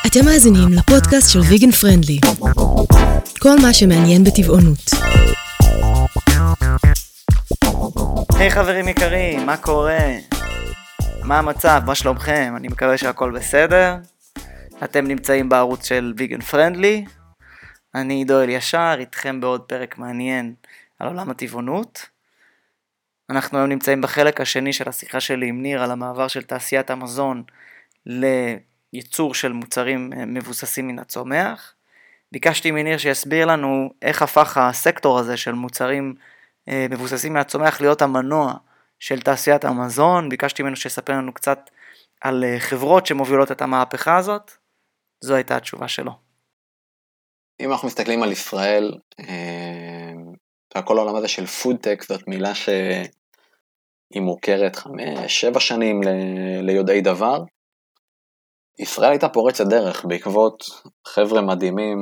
אתם מאזינים לפודקאסט של ויגן פרנדלי. כל מה שמעניין בטבעונות. היי חברים יקרים, מה קורה? מה המצב? מה שלומכם? אני מקווה שהכל בסדר. אתם נמצאים בערוץ של ויגן פרנדלי. אני עידו אלישר, איתכם בעוד פרק מעניין על עולם הטבעונות. אנחנו היום נמצאים בחלק השני של השיחה שלי עם ניר על המעבר של תעשיית המזון לייצור של מוצרים מבוססים מן הצומח. ביקשתי מניר שיסביר לנו איך הפך הסקטור הזה של מוצרים מבוססים מן הצומח להיות המנוע של תעשיית המזון. ביקשתי ממנו שיספר לנו קצת על חברות שמובילות את המהפכה הזאת. זו הייתה התשובה שלו. אם אנחנו מסתכלים על ישראל, כל העולם הזה של פודטק זאת מילה שהיא מוכרת 5-7 שנים ליודעי דבר. ישראל הייתה פורצת דרך בעקבות חבר'ה מדהימים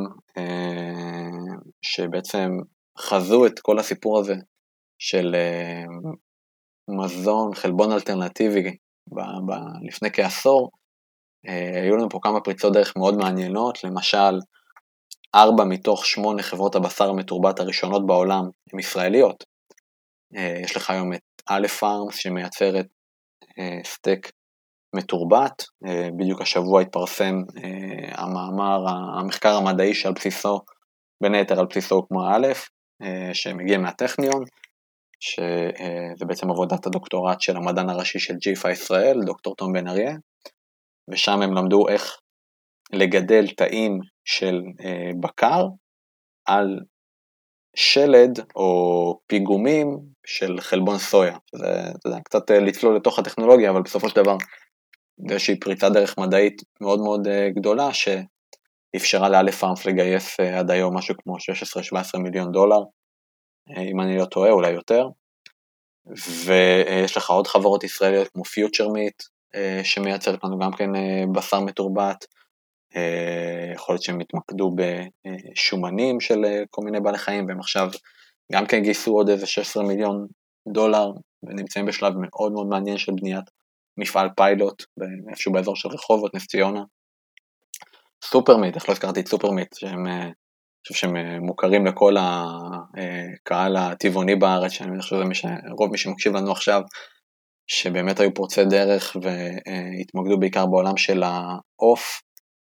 שבעצם חזו את כל הסיפור הזה של מזון, חלבון אלטרנטיבי לפני כעשור. היו לנו פה כמה פריצות דרך מאוד מעניינות, למשל 4 מתוך 8 חברות הבשר המתורבת הראשונות בעולם הן ישראליות. יש לך היום את א' פארמס שמייצרת סטייק מתורבת, בדיוק השבוע התפרסם המחקר המדעי שעל בסיסו, בין היתר על בסיסו כמו א', שמגיע מהטכניון, שזה בעצם עבודת הדוקטורט של המדען הראשי של ג'יפה ישראל, דוקטור תום בן אריה, ושם הם למדו איך לגדל תאים של בקר על שלד או פיגומים של חלבון סויה. זה קצת לצלול לתוך הטכנולוגיה, אבל בסופו של דבר זה איזושהי פריצה דרך מדעית מאוד מאוד גדולה, שאפשרה לא' פארמס לגייס עד היום משהו כמו 16-17 מיליון דולר, אם אני לא טועה, אולי יותר. ויש לך עוד חברות ישראליות כמו פיוטר מיט, שמייצרת לנו גם כן בשר מתורבת, יכול להיות שהם התמקדו בשומנים של כל מיני בעלי חיים, והם עכשיו גם כן גייסו עוד איזה 16 מיליון דולר, ונמצאים בשלב מאוד מאוד מעניין של בניית מפעל פיילוט, איפשהו באזור של רחובות, נס ציונה. סופרמיט, איך לא הזכרתי את סופרמיט, שהם מוכרים לכל הקהל הטבעוני בארץ, שאני חושב שרוב מי שמקשיב לנו עכשיו, שבאמת היו פורצי דרך, והתמקדו בעיקר בעולם של העוף,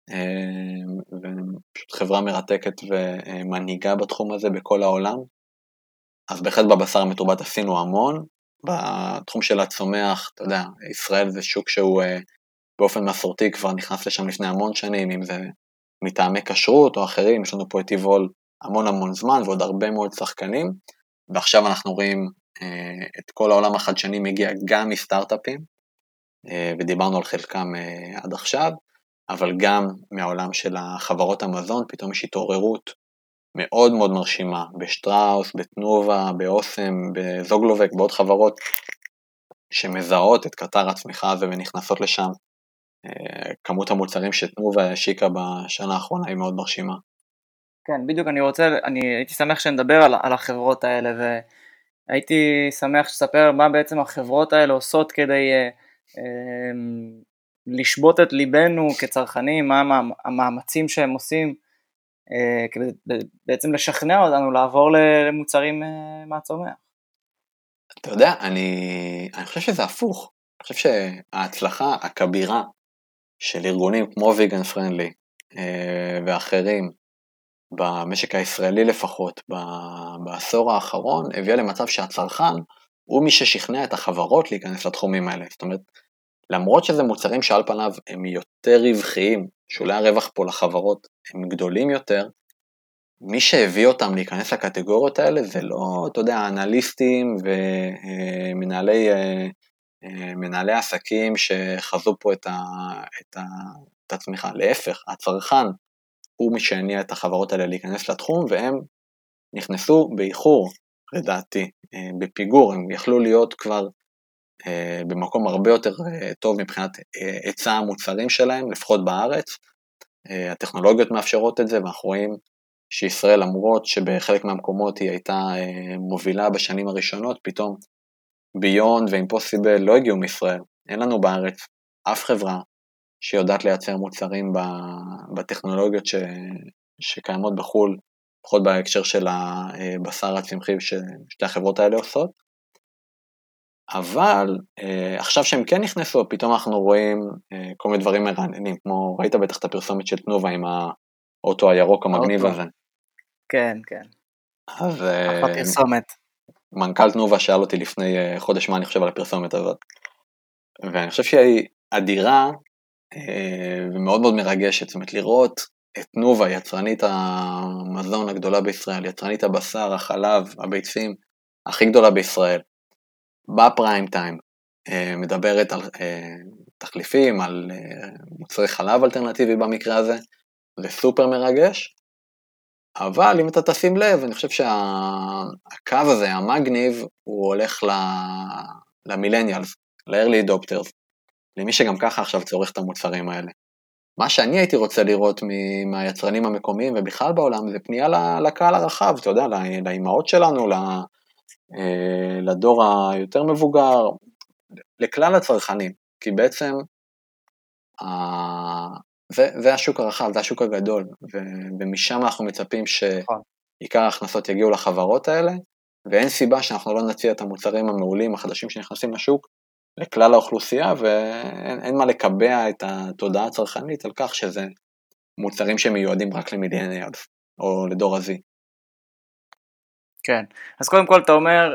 ופשוט חברה מרתקת ומנהיגה בתחום הזה בכל העולם. אז בהחלט בבשר המתורבת עשינו המון. בתחום של הצומח, אתה יודע, ישראל זה שוק שהוא באופן מסורתי כבר נכנס לשם לפני המון שנים, אם זה מטעמי כשרות או אחרים, יש לנו פה את טבעול המון זמן ועוד הרבה מאוד שחקנים, ועכשיו אנחנו רואים את כל העולם החדשני מגיע גם מסטארט-אפים, ודיברנו על חלקם עד עכשיו, אבל גם מהעולם של החברות המזון, פתאום יש התעוררות מאוד מאוד מרשימה, בשטראוס, בתנובה, באוסם, בזוגלובק, בעוד חברות שמזהות את קטר הצמיחה הזה ונכנסות לשם. כמות המוצרים שתנובה השיקה בשנה האחרונה היא מאוד מרשימה. כן, בדיוק אני הייתי שמח שנדבר על החברות האלה, והייתי שמח שתספר מה בעצם החברות האלה עושות כדי לשבות את ליבנו כצרכנים, מה המאמצים שהם עושים, כדי בעצם לשכנע אותנו לעבור למוצרים מהצומח. אתה יודע, אני חושב שזה הפוך. אני חושב שההצלחה הכבירה של ארגונים כמו ויגן פרנדלי ואחרים, במשק הישראלי לפחות, בעשור האחרון, הביאה למצב שהצרכן הוא מי ששכנע את החברות להיכנס לתחומים האלה. זאת אומרת, למרות שזה מוצרים שעל פניו הם יותר רווחיים, שולי הרווח פה לחברות הם גדולים יותר, מי שהביא אותם להיכנס לקטגוריות האלה זה לא, אתה יודע, אנליסטים ומנהלי עסקים שחזו פה את הצמיחה. להפך, הצרכן הוא מי שהניע את החברות האלה להיכנס לתחום, והם נכנסו באיחור, לדעתי, בפיגור, הם יכלו להיות כבר במקום הרבה יותר טוב מבחינת היצע המוצרים שלהם, לפחות בארץ. הטכנולוגיות מאפשרות את זה, ואנחנו רואים שישראל, למרות שבחלק מהמקומות היא הייתה מובילה בשנים הראשונות, פתאום ביונד ואימפוסיבל לא הגיעו מישראל. אין לנו בארץ אף חברה שיודעת לייצר מוצרים בטכנולוגיות שקיימות בחול, לפחות בהקשר של הבשר הצמחי ששתי החברות האלה עושות. אבל עכשיו שהם כן נכנסו, פתאום אנחנו רואים כל מיני דברים מרעננים, כמו ראית בטח את הפרסומת של תנובה עם האוטו הירוק המגניב הזה. כן, כן. אז אחלה פרסומת. מנכ"ל תנובה שאל אותי לפני חודש מה אני חושב על הפרסומת הזאת. ואני חושב שהיא אדירה ומאוד מאוד מרגשת, זאת אומרת לראות את תנובה, יצרנית המזון הגדולה בישראל, יצרנית הבשר, החלב, הביצים, הכי גדולה בישראל, בפריים טיים, מדברת על תחליפים, על מוצרי חלב אלטרנטיבי במקרה הזה, זה סופר מרגש, אבל אם אתה תשים לב, אני חושב שהקו הזה, המגניב, הוא הולך למילניאלס, ל-early adopters, למי שגם ככה עכשיו צורך את המוצרים האלה. מה שאני הייתי רוצה לראות מהיצרנים המקומיים ובכלל בעולם, זה פנייה לקהל הרחב, אתה יודע, לאימהות שלנו, לדור היותר מבוגר, לכלל הצרכנים, כי בעצם זה השוק הרחב, זה השוק הגדול, ומשם אנחנו מצפים שעיקר ההכנסות יגיעו לחברות האלה, ואין סיבה שאנחנו לא נציע את המוצרים המעולים החדשים שנכנסים לשוק לכלל האוכלוסייה, ואין מה לקבע את התודעה הצרכנית על כך שזה מוצרים שמיועדים רק למילניאלס, או לדור הזי. כן, אז קודם כל אתה אומר,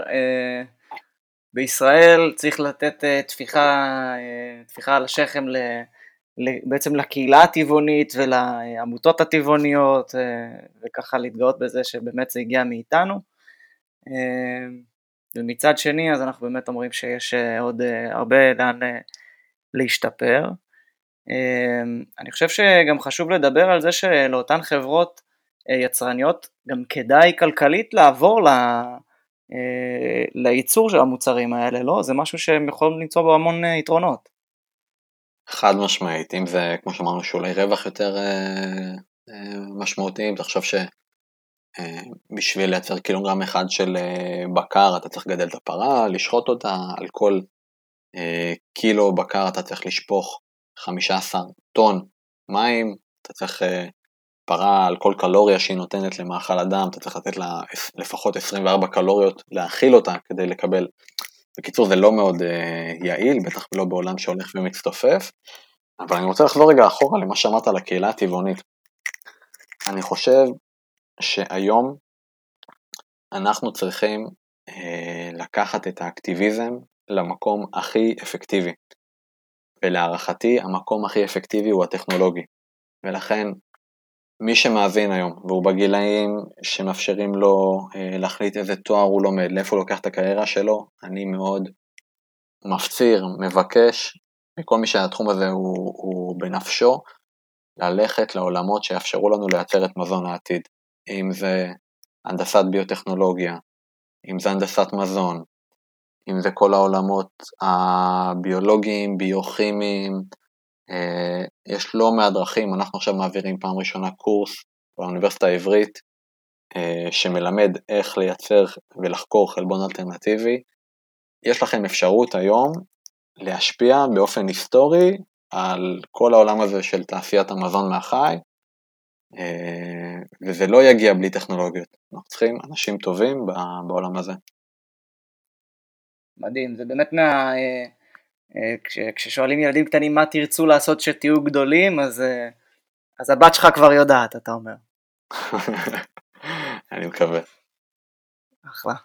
בישראל צריך לתת תפיחה על השכם בעצם לקהילה הטבעונית ולעמותות הטבעוניות, וככה להתגאות בזה שבאמת זה הגיע מאיתנו. ומצד שני, אז אנחנו באמת אומרים שיש עוד הרבה לאן להשתפר. אני חושב שגם חשוב לדבר על זה שלאותן חברות יצרניות גם כדאי כלכלית לעבור לייצור של המוצרים האלה, לא? זה משהו שהם יכולים למצוא בו המון יתרונות. חד משמעית, אם זה כמו שאמרנו שולי רווח יותר משמעותיים, תחשוב שבשביל לייצר קילוגרם אחד של בקר אתה צריך לגדל את הפרה, לשחוט אותה, על כל קילו בקר אתה צריך לשפוך 15 טון מים, אתה צריך פרה על כל קלוריה שהיא נותנת למאכל אדם, אתה צריך לתת לה לפחות 24 קלוריות להאכיל אותה כדי לקבל. בקיצור זה לא מאוד יעיל, בטח לא בעולם שהולך ומצטופף, אבל אני רוצה לחזור רגע אחורה למה שאמרת על הקהילה הטבעונית. אני חושב שהיום אנחנו צריכים לקחת את האקטיביזם למקום הכי אפקטיבי, ולהערכתי המקום הכי אפקטיבי הוא הטכנולוגי, ולכן מי שמאזין היום והוא בגילאים שמאפשרים לו להחליט איזה תואר הוא לומד, לאיפה הוא לוקח את הקריירה שלו, אני מאוד מפציר, מבקש, מכל מי שהתחום הזה הוא בנפשו, ללכת לעולמות שיאפשרו לנו לייצר את מזון העתיד, אם זה הנדסת ביוטכנולוגיה, אם זה הנדסת מזון, אם זה כל העולמות הביולוגיים, ביוכימיים, יש לא מהדרכים, אנחנו עכשיו מעבירים פעם ראשונה קורס באוניברסיטה העברית, שמלמד איך לייצר ולחקור חלבון אלטרנטיבי. יש לכם אפשרות היום להשפיע באופן היסטורי על כל העולם הזה של תעשיית המזון מהחי, וזה לא יגיע בלי טכנולוגיות. אנחנו צריכים אנשים טובים בעולם הזה. מדהים, זה באמת כששואלים ילדים קטנים מה תרצו לעשות שתהיו גדולים, אז הבת שלך כבר יודעת, אתה אומר. אני מקווה. אחלה.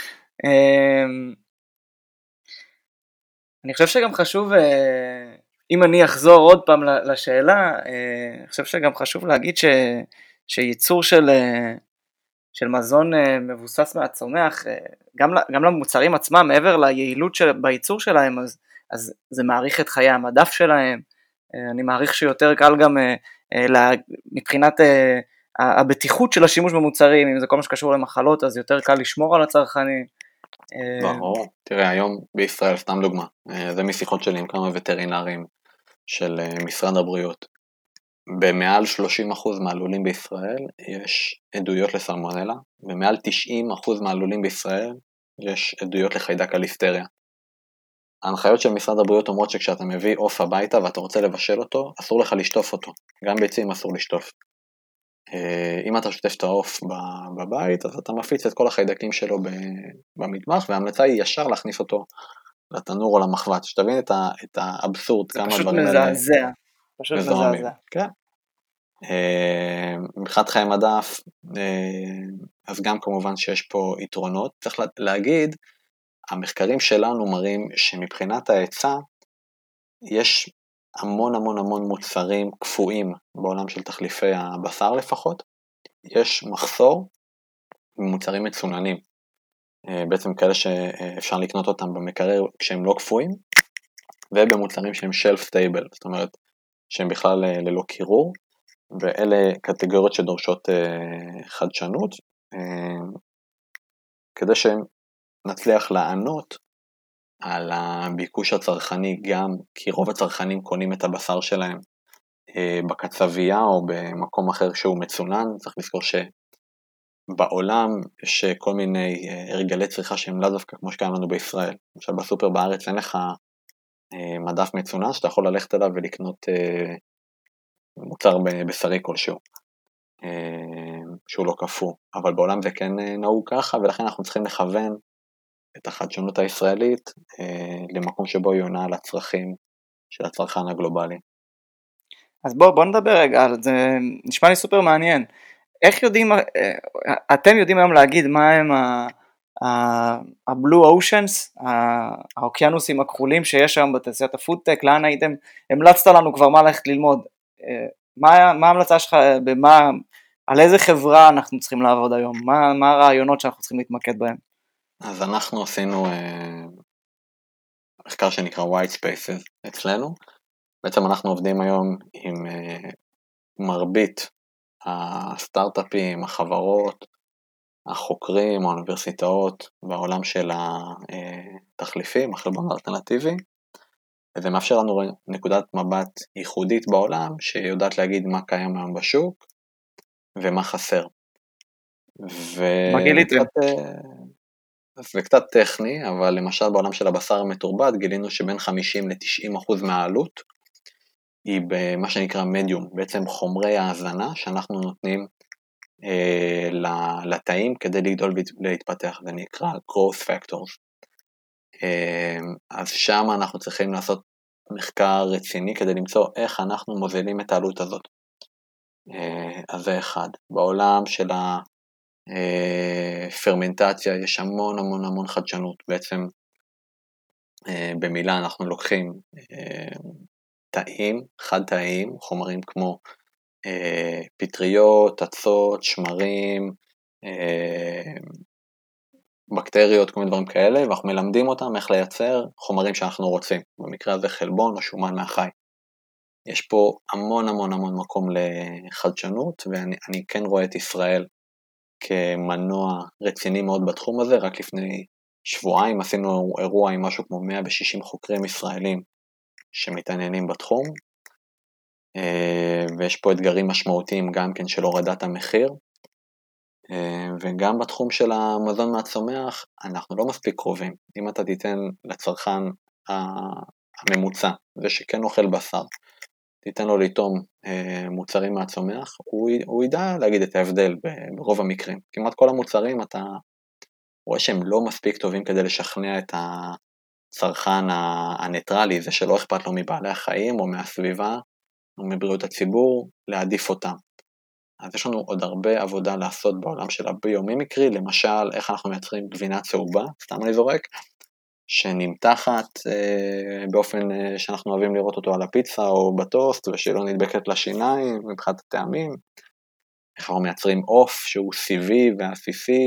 אני חושב שגם חשוב, אם אני אחזור עוד פעם לשאלה, אני חושב שגם חשוב להגיד שייצור של מזון מבוסס מהצומח, גם למוצרים עצמם, מעבר ליעילות בייצור שלהם, אז זה מעריך את חיי המדף שלהם. אני מעריך שיותר קל גם מבחינת הבטיחות של השימוש במוצרים, אם זה כל מה שקשור למחלות, אז יותר קל לשמור על הצרכנים. ברור, תראה היום בישראל, סתם דוגמה, זה משיחות שלי עם כמה וטרינרים של משרד הבריאות, במעל 30% מהלולים בישראל יש עדויות לסלמונלה, במעל 90% מהלולים בישראל יש עדויות לחיידק הליסטריה. ההנחיות של משרד הבריאות אומרות שכשאתה מביא עוף הביתה ואתה רוצה לבשל אותו, אסור לך לשטוף אותו, גם ביצים אסור לשטוף. אם אתה שוטף את העוף בבית, אז אתה מפיץ את כל החיידקים שלו במטבח, וההמלצה היא ישר להכניס אותו לתנור או למחבת, שתבין את האבסורד, כמה הדברים האלה מזעזע. פשוט מזוהמים. מזעזע. כן. מבחינת חיי מדף, אז גם כמובן שיש פה יתרונות, צריך להגיד, המחקרים שלנו מראים שמבחינת ההיצע, יש המון המון המון מוצרים קפואים בעולם של תחליפי הבשר לפחות, יש מחסור במוצרים מצוננים, בעצם כאלה שאפשר לקנות אותם במקרר כשהם לא קפואים, ובמוצרים שהם shelf stable, זאת אומרת שהם בכלל ללא קירור, ואלה קטגוריות שדורשות חדשנות, כדי שנצליח לענות על הביקוש הצרכני, גם כי רוב הצרכנים קונים את הבשר שלהם בקצבייה או במקום אחר שהוא מצונן. צריך לזכור שבעולם יש כל מיני הרגלי צריכה שהם לא דווקא כמו שקיים לנו בישראל. למשל בסופר בארץ אין לך מדף מצונן שאתה יכול ללכת אליו ולקנות מוצר בשרי כלשהו, שהוא לא קפוא, אבל בעולם זה כן נהוג ככה, ולכן אנחנו צריכים לכוון את החדשנות הישראלית למקום שבו היא עונה על הצרכים של הצרכן הגלובלי. אז בוא נדבר רגע על זה, נשמע לי סופר מעניין. איך יודעים, אתם יודעים היום להגיד מה הם ה-Blue Oceans, האוקיינוסים הכחולים שיש היום בתעשיית הפודטק, לאן הייתם, המלצת לנו כבר מה ללכת ללמוד, מה ההמלצה שלך, על איזה חברה אנחנו צריכים לעבוד היום, מה הרעיונות שאנחנו צריכים להתמקד בהם? אז אנחנו עשינו מחקר שנקרא White Spaces אצלנו, בעצם אנחנו עובדים היום עם מרבית הסטארט-אפים, החברות, החוקרים, האוניברסיטאות, בעולם של התחליפים, החלבון האלטרנטיבי, וזה מאפשר לנו נקודת מבט ייחודית בעולם, שיודעת להגיד מה קיים היום בשוק, ומה חסר. זה קצת טכני, אבל למשל בעולם של הבשר המתורבת, גילינו שבין 50 ל-90% מהעלות, היא במה שנקרא מדיום, בעצם חומרי ההזנה שאנחנו נותנים לתאים כדי לגדול ולהתפתח, זה נקרא growth factors. אז שם אנחנו צריכים לעשות מחקר רציני כדי למצוא איך אנחנו מוזילים את העלות הזאת. אז זה אחד. בעולם של הפרמנטציה יש המון המון המון חדשנות, בעצם במילה אנחנו לוקחים תאים, חד תאיים, חומרים כמו פטריות, עצות, שמרים, בקטריות, כל מיני דברים כאלה, ואנחנו מלמדים אותם איך לייצר חומרים שאנחנו רוצים, במקרה הזה חלבון או שומן מהחי. יש פה המון המון המון מקום לחדשנות, ואני כן רואה את ישראל כמנוע רציני מאוד בתחום הזה. רק לפני שבועיים עשינו אירוע עם משהו כמו 160 חוקרים ישראלים שמתעניינים בתחום, ויש פה אתגרים משמעותיים גם כן של הורדת המחיר, וגם בתחום של המזון מהצומח אנחנו לא מספיק קרובים. אם אתה תיתן לצרכן הממוצע, זה שכן אוכל בשר, תיתן לו לטעום מוצרים מהצומח, הוא ידע להגיד את ההבדל ברוב המקרים. כמעט כל המוצרים אתה רואה שהם לא מספיק טובים כדי לשכנע את הצרכן הניטרלי, זה שלא אכפת לו מבעלי החיים או מהסביבה או מבריאות הציבור, להעדיף אותם. אז יש לנו עוד הרבה עבודה לעשות בעולם של הביומימיקרי, למשל איך אנחנו מייצרים גבינה צהובה, סתם אני זורק, שנמתחת באופן שאנחנו אוהבים לראות אותו על הפיצה או בטוסט, ושלא נדבקת לשיניים מבחינת הטעמים, איך אנחנו מייצרים עוף שהוא סיבי ועסיסי,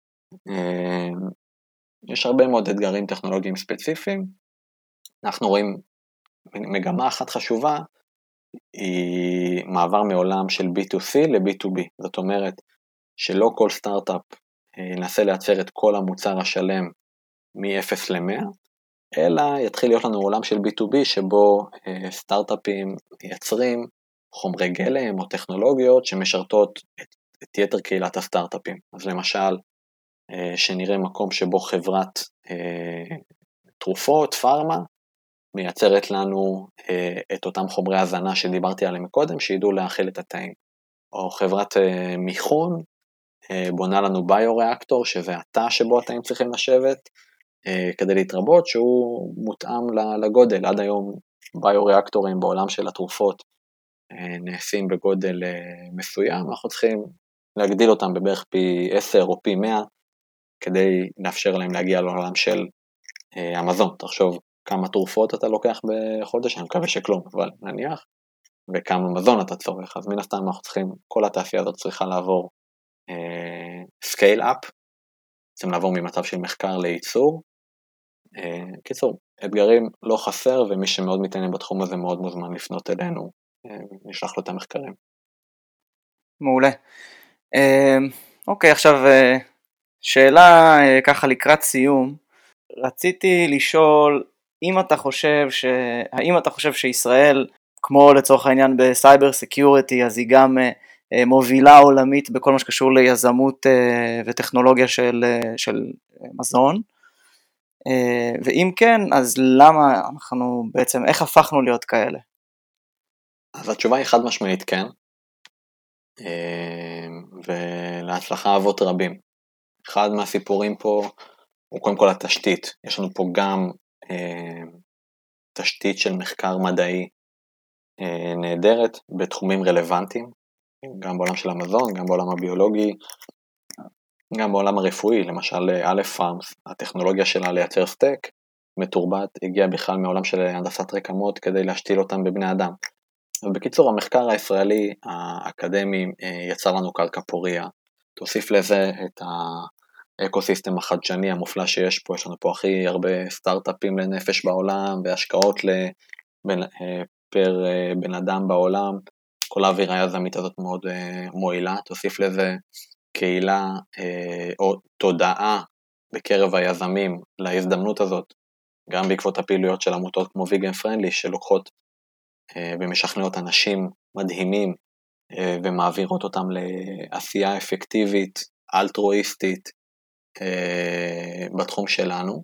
יש הרבה מאוד אתגרים טכנולוגיים ספציפיים. אנחנו רואים מגמה אחת חשובה, היא מעבר מעולם של B2C ל-B2B, זאת אומרת שלא כל סטארט-אפ ינסה לייצר את כל המוצר השלם מ-0 ל-100, אלא יתחיל להיות לנו עולם של B2B שבו סטארט-אפים מייצרים חומרי גלם או טכנולוגיות שמשרתות את יתר קהילת הסטארט-אפים. אז למשל, שנראה מקום שבו חברת תרופות, פארמה, מייצרת לנו את אותם חומרי הזנה שדיברתי עליהם מקודם, שידעו להכיל את התאים. או חברת מיכון, בונה לנו ביוריאקטור, שזה התא שבו התאים צריכים לשבת, כדי להתרבות, שהוא מותאם לגודל. עד היום ביוריאקטורים בעולם של התרופות נעשים בגודל מסוים, אנחנו צריכים להגדיל אותם בבערך פי 10 או פי 100, כדי לאפשר להם להגיע לעולם של המזון. תחשוב כמה תרופות אתה לוקח בחודש, אני מקווה שכלום, אבל נניח, וכמה מזון אתה צורך, אז מן הסתם אנחנו צריכים, כל התעשייה הזאת צריכה לעבור scale up, צריכים לעבור ממצב של מחקר לייצור. קיצור, אתגרים לא חסר, ומי שמאוד מתעניין בתחום הזה מאוד מוזמן לפנות אלינו, נשלח לו את המחקרים. מעולה. אוקיי, עכשיו שאלה ככה לקראת סיום, רציתי לשאול האם אתה חושב שישראל, כמו לצורך העניין בסייבר סקיוריטי, אז היא גם מובילה עולמית בכל מה שקשור ליזמות וטכנולוגיה של מזון, ואם כן, אז למה אנחנו בעצם, איך הפכנו להיות כאלה? אז התשובה היא חד משמעית כן, ולהצלחה אבות רבים. אחד מהסיפורים פה הוא קודם כל התשתית. יש לנו פה גם תשתית של מחקר מדעי נהדרת בתחומים רלוונטיים, גם בעולם של המזון, גם בעולם הביולוגי, גם בעולם הרפואי. למשל א' פארמס, הטכנולוגיה שלה לייצר סטייק מתורבת הגיעה בכלל מעולם של הנדסת רקמות כדי להשתיל אותם בבני אדם. ובקיצור, המחקר הישראלי האקדמי יצר לנו קרקע פוריה. תוסיף לזה את האקוסיסטם החדשני המופלא שיש פה, יש לנו פה הכי הרבה סטארט-אפים לנפש בעולם, והשקעות פר בן אדם בעולם, כל האווירה היזמית הזאת מאוד מועילה. תוסיף לזה קהילה או תודעה בקרב היזמים להזדמנות הזאת, גם בעקבות הפעילויות של עמותות כמו ויגן פרנדלי, שלוקחות ומשכנעות אנשים מדהימים ומעבירות אותם לעשייה אפקטיבית, אלטרואיסטית בתחום שלנו.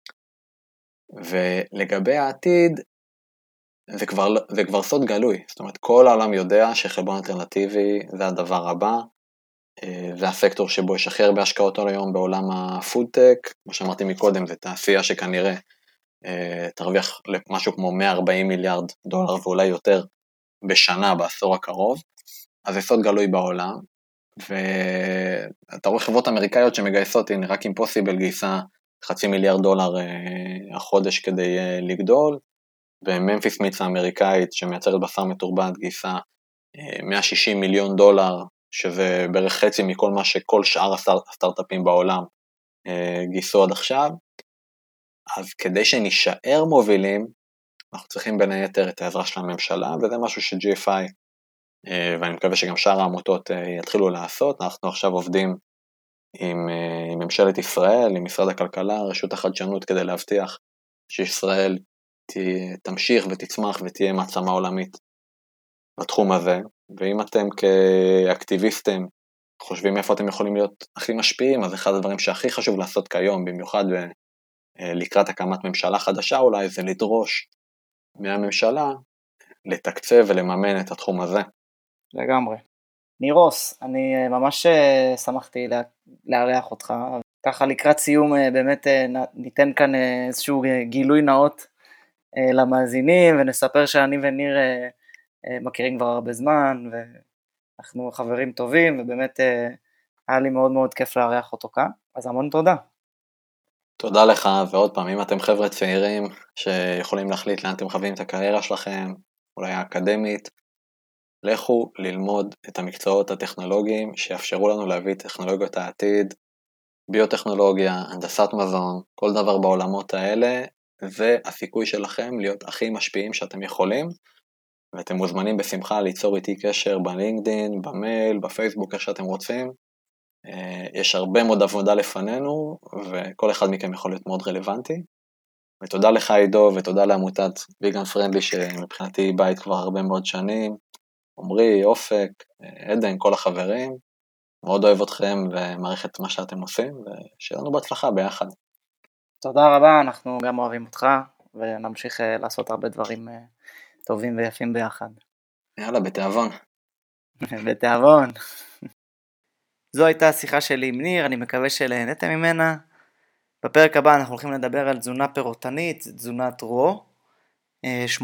ולגבי העתיד, זה כבר סוד גלוי, זאת אומרת כל העולם יודע שחלבון אלטרנטיבי זה הדבר הבא, זה הסקטור שבו יש הכי הרבה השקעות על היום בעולם הפודטק, כמו שאמרתי מקודם, זה תעשייה שכנראה תרוויח משהו כמו 140 מיליארד דולר ואולי יותר בשנה בעשור הקרוב, אז זה סוד גלוי בעולם, ואתה רואה חברות אמריקאיות שמגייסות, הנה רק אימפוסיבל גייסה $500 מיליון החודש כדי לגדול, וממפיס מיץ האמריקאית שמייצרת בשר מתורבת גייסה $160 מיליון, שזה בערך חצי מכל מה שכל שאר הסטארט-אפים בעולם גייסו עד עכשיו. אז כדי שנשאר מובילים, אנחנו צריכים בין היתר את העזרה של הממשלה, וזה משהו ש-GFI, ואני מקווה שגם שאר העמותות יתחילו לעשות. אנחנו עכשיו עובדים עם ממשלת ישראל, עם משרד הכלכלה, רשות החדשנות, כדי להבטיח שישראל תמשיך ותצמח ותהיה מעצמה עולמית בתחום הזה. ואם אתם כאקטיביסטים חושבים איפה אתם יכולים להיות הכי משפיעים, אז אחד הדברים שהכי חשוב לעשות כיום, במיוחד לקראת הקמת ממשלה חדשה אולי, זה לדרוש מהממשלה לתקצב ולממן את התחום הזה. לגמרי. נירוס, אני ממש שמחתי לארח אותך, ככה לקראת סיום באמת ניתן כאן איזשהו גילוי נאות למאזינים, ונספר שאני וניר מכירים כבר הרבה זמן, ואנחנו חברים טובים, ובאמת היה לי מאוד מאוד כיף לארח אותו כאן, אז המון תודה. תודה לך, ועוד פעם, אם אתם חבר'ה צעירים שיכולים להחליט לאן אתם מכוונים את הקריירה שלכם, אולי האקדמית, לכו ללמוד את המקצועות הטכנולוגיים שיאפשרו לנו להביא טכנולוגיות העתיד, ביוטכנולוגיה, הנדסת מזון, כל דבר בעולמות האלה, זה הסיכוי שלכם להיות הכי משפיעים שאתם יכולים, ואתם מוזמנים בשמחה ליצור איתי קשר בלינקדין, במייל, בפייסבוק, איך שאתם רוצים. יש הרבה מאוד עבודה לפנינו, וכל אחד מכם יכול להיות מאוד רלוונטי. ותודה לך עידו, ותודה לעמותת ויגן פרנדלי, שמבחינתי בית כבר הרבה מאוד שנים. עומרי, אופק, עדן, כל החברים. מאוד אוהב אתכם ומעריך את מה שאתם עושים, ושיהיה לנו בהצלחה ביחד. תודה רבה, אנחנו גם אוהבים אותך, ונמשיך לעשות הרבה דברים טובים ויפים ביחד. יאללה, בתיאבון. בתיאבון. זו הייתה השיחה שלי עם ניר, אני מקווה שנהנתם ממנה. בפרק הבא אנחנו הולכים לדבר על תזונה פירוטנית, תזונת רו, 80-10-10,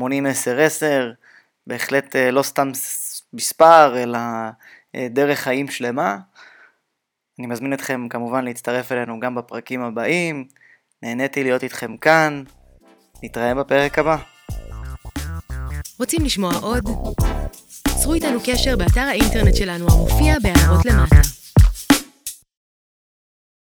בהחלט לא סתם מספר, אלא דרך חיים שלמה. אני מזמין אתכם כמובן להצטרף אלינו גם בפרקים הבאים, נהניתי להיות איתכם כאן, נתראה בפרק הבא. רוצים לשמוע עוד? צרו איתנו קשר באתר האינטרנט שלנו המופיע בהערות למטה.